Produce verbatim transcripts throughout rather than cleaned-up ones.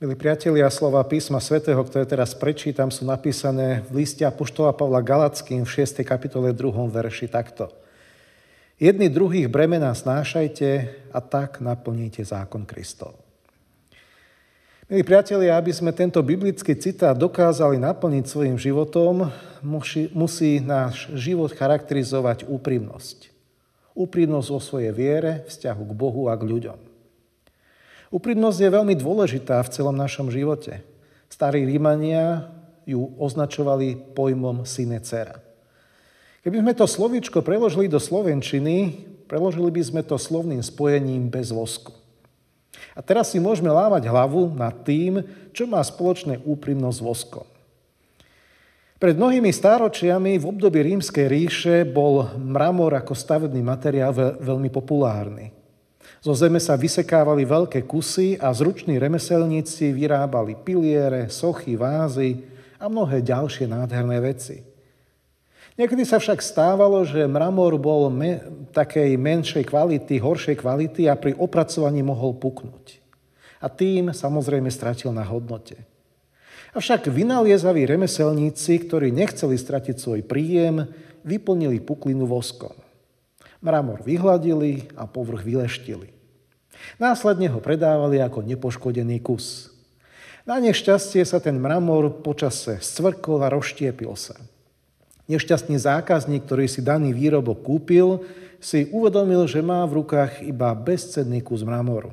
Milí priatelia, slova písma svätého, ktoré teraz prečítam, sú napísané v liste apoštola Pavla Galatským v šiestej kapitole druhom verši takto. Jedni druhých bremená znášajte a tak naplníte zákon Kristov. Milí priatelia, aby sme tento biblický citát dokázali naplniť svojim životom, musí, musí náš život charakterizovať úprimnosť. Úprimnosť vo svojej viere, vzťahu k Bohu a k ľuďom. Úprimnosť je veľmi dôležitá v celom našom živote. Starí Rímania ju označovali pojmom sine cera. Keby sme to slovíčko preložili do slovenčiny, preložili by sme to slovným spojením bez vosku. A teraz si môžeme lávať hlavu nad tým, čo má spoločné úprimnosť s voskom. Pred mnohými stáročiami v období Rímskej ríše bol mramor ako stavebný materiál veľmi populárny. Zo zeme sa vysekávali veľké kusy a zruční remeselníci vyrábali piliere, sochy, vázy a mnohé ďalšie nádherné veci. Niekedy sa však stávalo, že mramor bol me- takej menšej kvality, horšej kvality a pri opracovaní mohol puknúť. A tým samozrejme stratil na hodnote. Avšak vynaliezaví remeselníci, ktorí nechceli stratiť svoj príjem, vyplnili puklinu voskom. Mramor vyhladili a povrch vyleštili. Následne ho predávali ako nepoškodený kus. Na nešťastie sa ten mramor počase scvrkol a rozštiepil sa. Nešťastný zákazník, ktorý si daný výrobok kúpil, si uvedomil, že má v rukách iba bezcenný kus mramoru.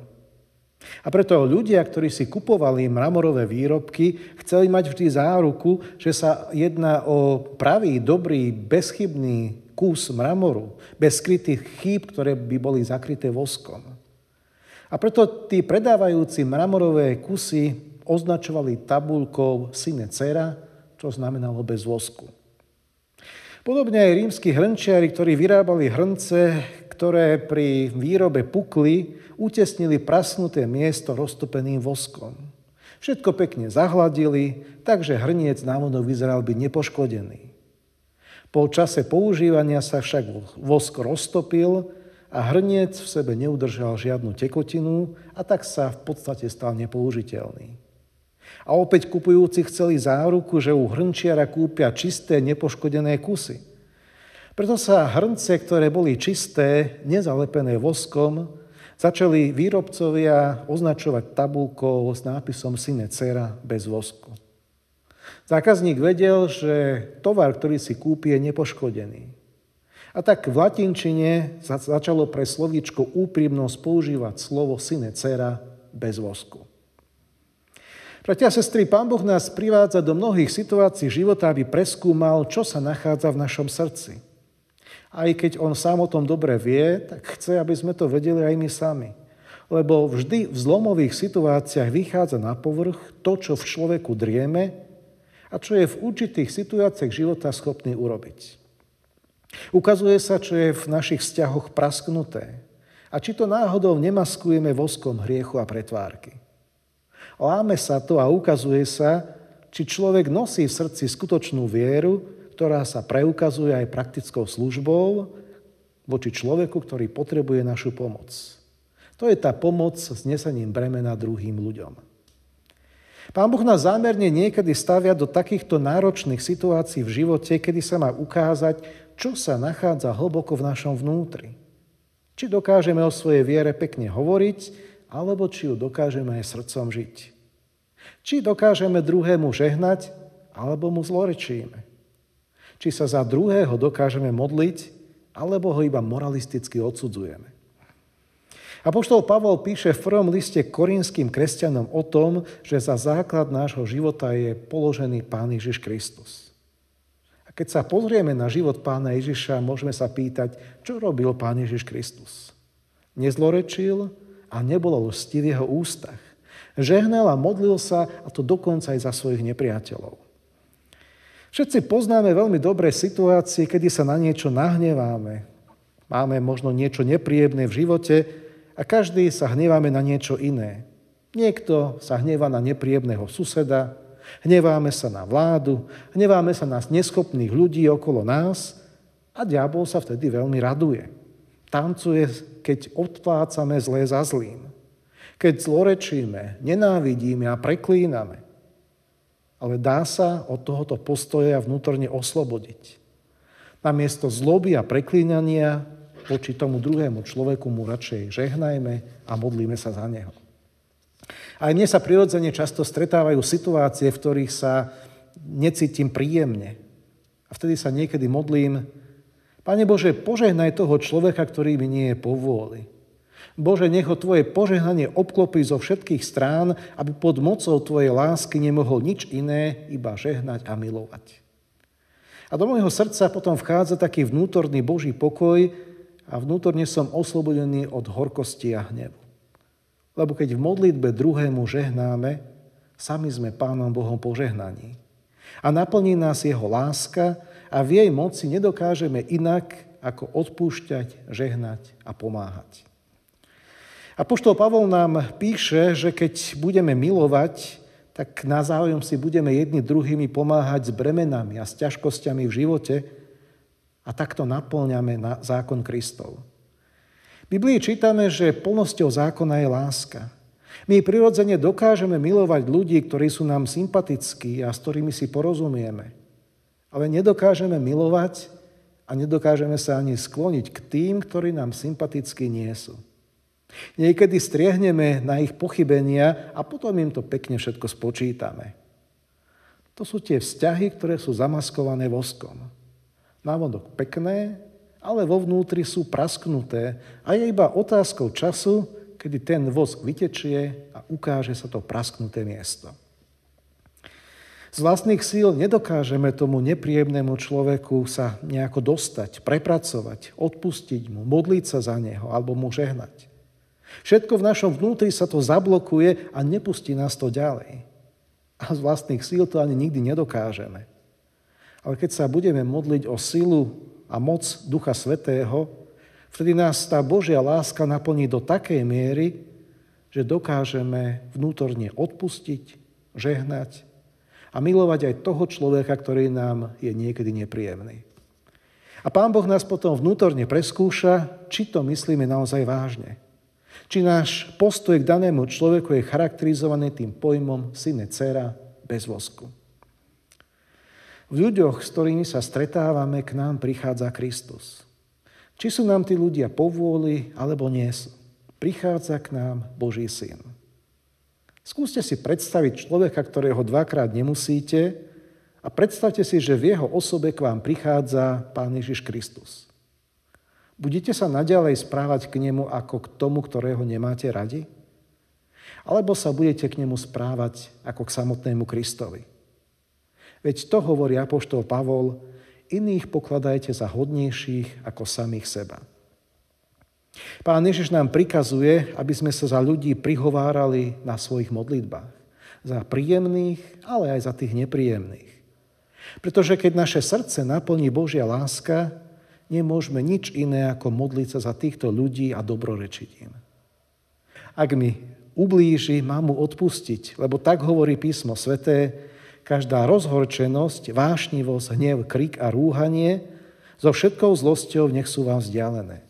A preto ľudia, ktorí si kupovali mramorové výrobky, chceli mať vždy záruku, že sa jedná o pravý, dobrý, bezchybný kus mramoru, bez skrytých chýb, ktoré by boli zakryté voskom. A preto tí predávajúci mramorové kusy označovali tabuľkou sine cera, čo znamenalo bez vosku. Podobne aj rímski hrnčiari, ktorí vyrábali hrnce, ktoré pri výrobe pukli, utesnili prasnuté miesto roztopeným voskom. Všetko pekne zahladili, takže hrniec návonok vyzeral byť nepoškodený. Po čase používania sa však vosk roztopil a hrniec v sebe neudržal žiadnu tekutinu a tak sa v podstate stal nepoužiteľný. A opäť kupujúci chceli záruku, že u hrnčiara kúpia čisté, nepoškodené kusy. Preto sa hrnce, ktoré boli čisté, nezalepené voskom, začali výrobcovia označovať tabuľkou s nápisom sine cera bez vosku. Zákazník vedel, že tovar, ktorý si kúpi, je nepoškodený. A tak v latinčine začalo pre slovíčko úprimnosť používať slovo sine cera bez vosku. Bratia a sestry, Pán Boh nás privádza do mnohých situácií života, aby preskúmal, čo sa nachádza v našom srdci. Aj keď on sám o tom dobre vie, tak chce, aby sme to vedeli aj my sami. Lebo vždy v zlomových situáciách vychádza na povrch to, čo v človeku drieme, a čo je v určitých situáciách života schopný urobiť. Ukazuje sa, čo je v našich vzťahoch prasknuté a či to náhodou nemaskujeme voskom hriechu a pretvárky. Láme sa to a ukazuje sa, či človek nosí v srdci skutočnú vieru, ktorá sa preukazuje aj praktickou službou voči človeku, ktorý potrebuje našu pomoc. To je tá pomoc s nesením bremena druhým ľuďom. Pán Boh nás zámerne niekedy stavia do takýchto náročných situácií v živote, kedy sa má ukázať, čo sa nachádza hlboko v našom vnútri. Či dokážeme o svojej viere pekne hovoriť, alebo či ju dokážeme aj srdcom žiť. Či dokážeme druhému žehnať, alebo mu zlorečíme. Či sa za druhého dokážeme modliť, alebo ho iba moralisticky odsudzujeme. Apoštol Pavol píše v prvom liste korínskym kresťanom o tom, že za základ nášho života je položený Pán Ježiš Kristus. A keď sa pozrieme na život Pána Ježiša, môžeme sa pýtať, čo robil Pán Ježiš Kristus. Nezlorečil a nebolo lsti v jeho ústach. Žehnal a modlil sa, a to dokonca aj za svojich nepriateľov. Všetci poznáme veľmi dobré situácie, kedy sa na niečo nahneváme. Máme možno niečo nepríjemné v živote, a každý sa hneváme na niečo iné. Niekto sa hnevá na nepríjemného suseda, hneváme sa na vládu, hneváme sa na neschopných ľudí okolo nás a diabol sa vtedy veľmi raduje. Tancuje, keď odplácame zlé za zlým. Keď zlorečíme, nenávidíme a preklíname. Ale dá sa od tohoto postoja vnútorne oslobodiť. Namiesto zloby a preklínania voči tomu druhému človeku mu radšej žehnajme a modlíme sa za neho. Aj mne sa prirodzene často stretávajú situácie, v ktorých sa necítim príjemne. A vtedy sa niekedy modlím: Pane Bože, požehnaj toho človeka, ktorý mi nie je po vôli. Bože, nech ho Tvoje požehnanie obklopí zo všetkých strán, aby pod mocou Tvojej lásky nemohol nič iné, iba žehnať a milovať. A do môjho srdca potom vchádza taký vnútorný Boží pokoj a vnútorne som oslobodený od horkosti a hnevu. Lebo keď v modlitbe druhému žehnáme, sami sme Pánom Bohom požehnaní. A naplní nás Jeho láska a v jej moci nedokážeme inak, ako odpúšťať, žehnať a pomáhať. Apoštol Pavol nám píše, že keď budeme milovať, tak navzájom si budeme jedni druhými pomáhať s bremenami a s ťažkosťami v živote a takto naplňame na zákon Kristov. V Biblii čítame, že plnosťou zákona je láska. My prirodzene dokážeme milovať ľudí, ktorí sú nám sympatickí a s ktorými si porozumieme. Ale nedokážeme milovať a nedokážeme sa ani skloniť k tým, ktorí nám sympatickí nie sú. Niekedy striehneme na ich pochybenia a potom im to pekne všetko spočítame. To sú tie vzťahy, ktoré sú zamaskované voskom. Návonok pekné, ale vo vnútri sú prasknuté a je iba otázkou času, kedy ten vosk vytečie a ukáže sa to prasknuté miesto. Z vlastných síl nedokážeme tomu nepríjemnému človeku sa nejako dostať, prepracovať, odpustiť mu, modliť sa za neho alebo mu žehnať. Všetko v našom vnútri sa to zablokuje a nepustí nás to ďalej. A z vlastných síl to ani nikdy nedokážeme. Ale keď sa budeme modliť o silu a moc Ducha Svätého, vtedy nás tá Božia láska naplní do takej miery, že dokážeme vnútorne odpustiť, žehnať a milovať aj toho človeka, ktorý nám je niekedy nepríjemný. A Pán Boh nás potom vnútorne preskúša, či to myslíme naozaj vážne. Či náš postoj k danému človeku je charakterizovaný tým pojmom syne, dcera, bez vosku. V ľuďoch, s ktorými sa stretávame, k nám prichádza Kristus. Či sú nám tí ľudia po vôli, alebo nie sú. Prichádza k nám Boží syn. Skúste si predstaviť človeka, ktorého dvakrát nemusíte, a predstavte si, že v jeho osobe k vám prichádza Pán Ježiš Kristus. Budete sa naďalej správať k nemu ako k tomu, ktorého nemáte radi? Alebo sa budete k nemu správať ako k samotnému Kristovi? Veď to hovorí apoštol Pavol: iných pokladajte za hodnejších ako samých seba. Pán Ježiš nám prikazuje, aby sme sa za ľudí prihovárali na svojich modlitbách. Za príjemných, ale aj za tých nepríjemných. Pretože keď naše srdce naplní Božia láska, nemôžeme nič iné ako modliť sa za týchto ľudí a dobrorečiť im. Ak mi ublíži, mám mu odpustiť, lebo tak hovorí Písmo Sväté: každá rozhorčenosť, vášnivosť, hnev, krik a rúhanie so všetkou zlosťou nech sú vám vzdialené.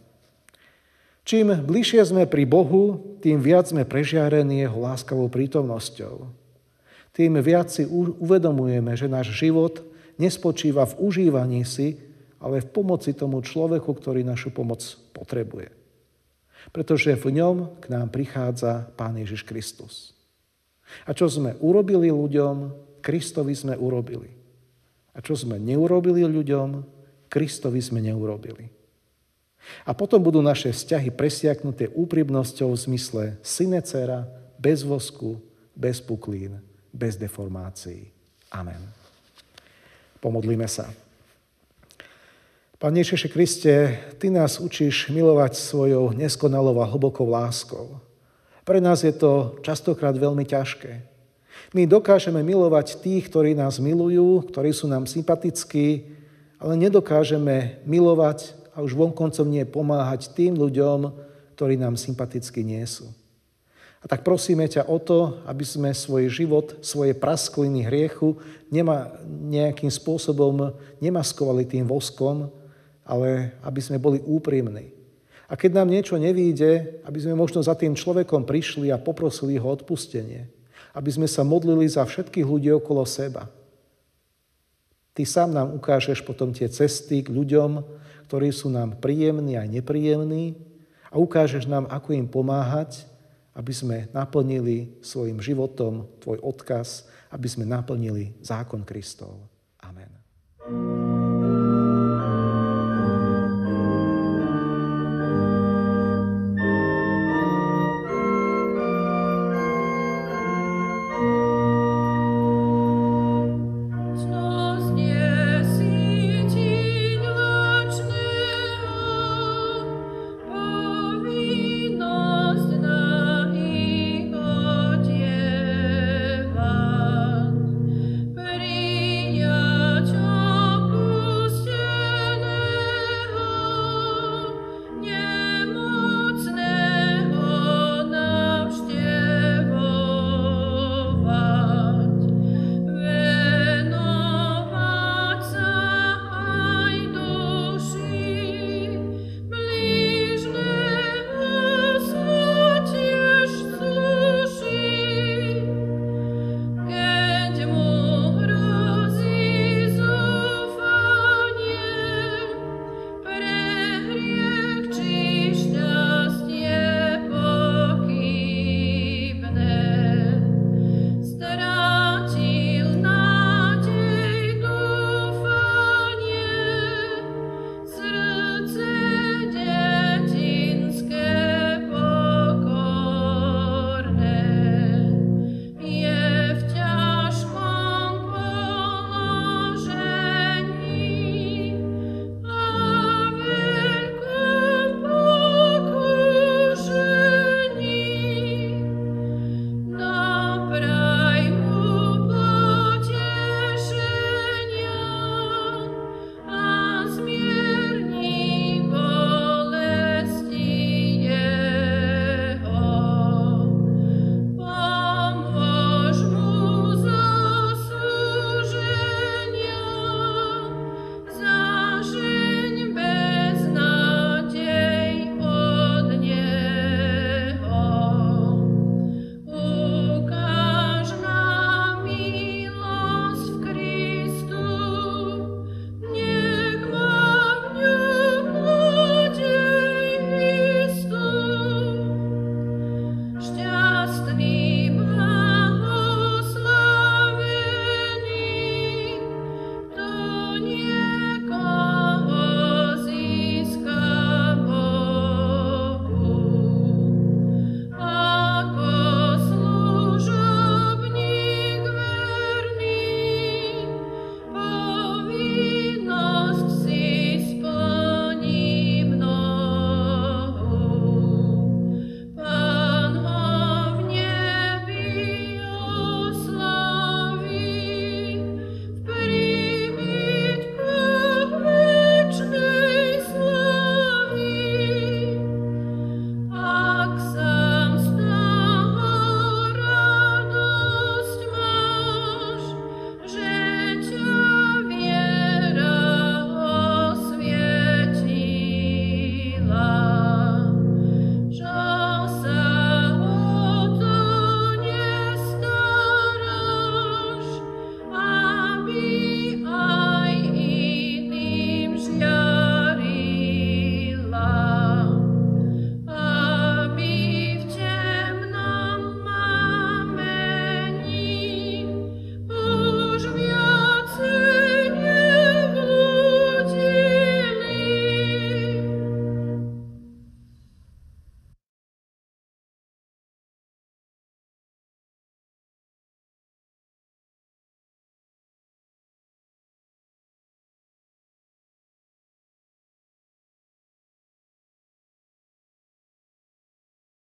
Čím bližšie sme pri Bohu, tým viac sme prežiarení jeho láskavou prítomnosťou. Tým viac si uvedomujeme, že náš život nespočíva v užívaní si, ale v pomoci tomu človeku, ktorý našu pomoc potrebuje. Pretože v ňom k nám prichádza Pán Ježiš Kristus. A čo sme urobili ľuďom, Kristovi sme urobili. A čo sme neurobili ľuďom, Kristovi sme neurobili. A potom budú naše vzťahy presiaknuté úprimnosťou v zmysle syne, dcera, bez vosku, bez puklín, bez deformácií. Amen. Pomodlíme sa. Pane Ježiši Kriste, Ty nás učíš milovať svojou neskonalou a hlbokou láskou. Pre nás je to častokrát veľmi ťažké. My dokážeme milovať tých, ktorí nás milujú, ktorí sú nám sympatickí, ale nedokážeme milovať a už vonkoncom nie pomáhať tým ľuďom, ktorí nám sympatickí nie sú. A tak prosíme ťa o to, aby sme svoj život, svoje praskliny hriechu nema, nejakým spôsobom nemaskovali tým voskom, ale aby sme boli úprimní. A keď nám niečo nevíde, aby sme možno za tým človekom prišli a poprosili ho odpustenie. Aby sme sa modlili za všetkých ľudí okolo seba. Ty sám nám ukážeš potom tie cesty k ľuďom, ktorí sú nám príjemní aj nepríjemní a ukážeš nám, ako im pomáhať, aby sme naplnili svojim životom tvoj odkaz, aby sme naplnili zákon Kristov.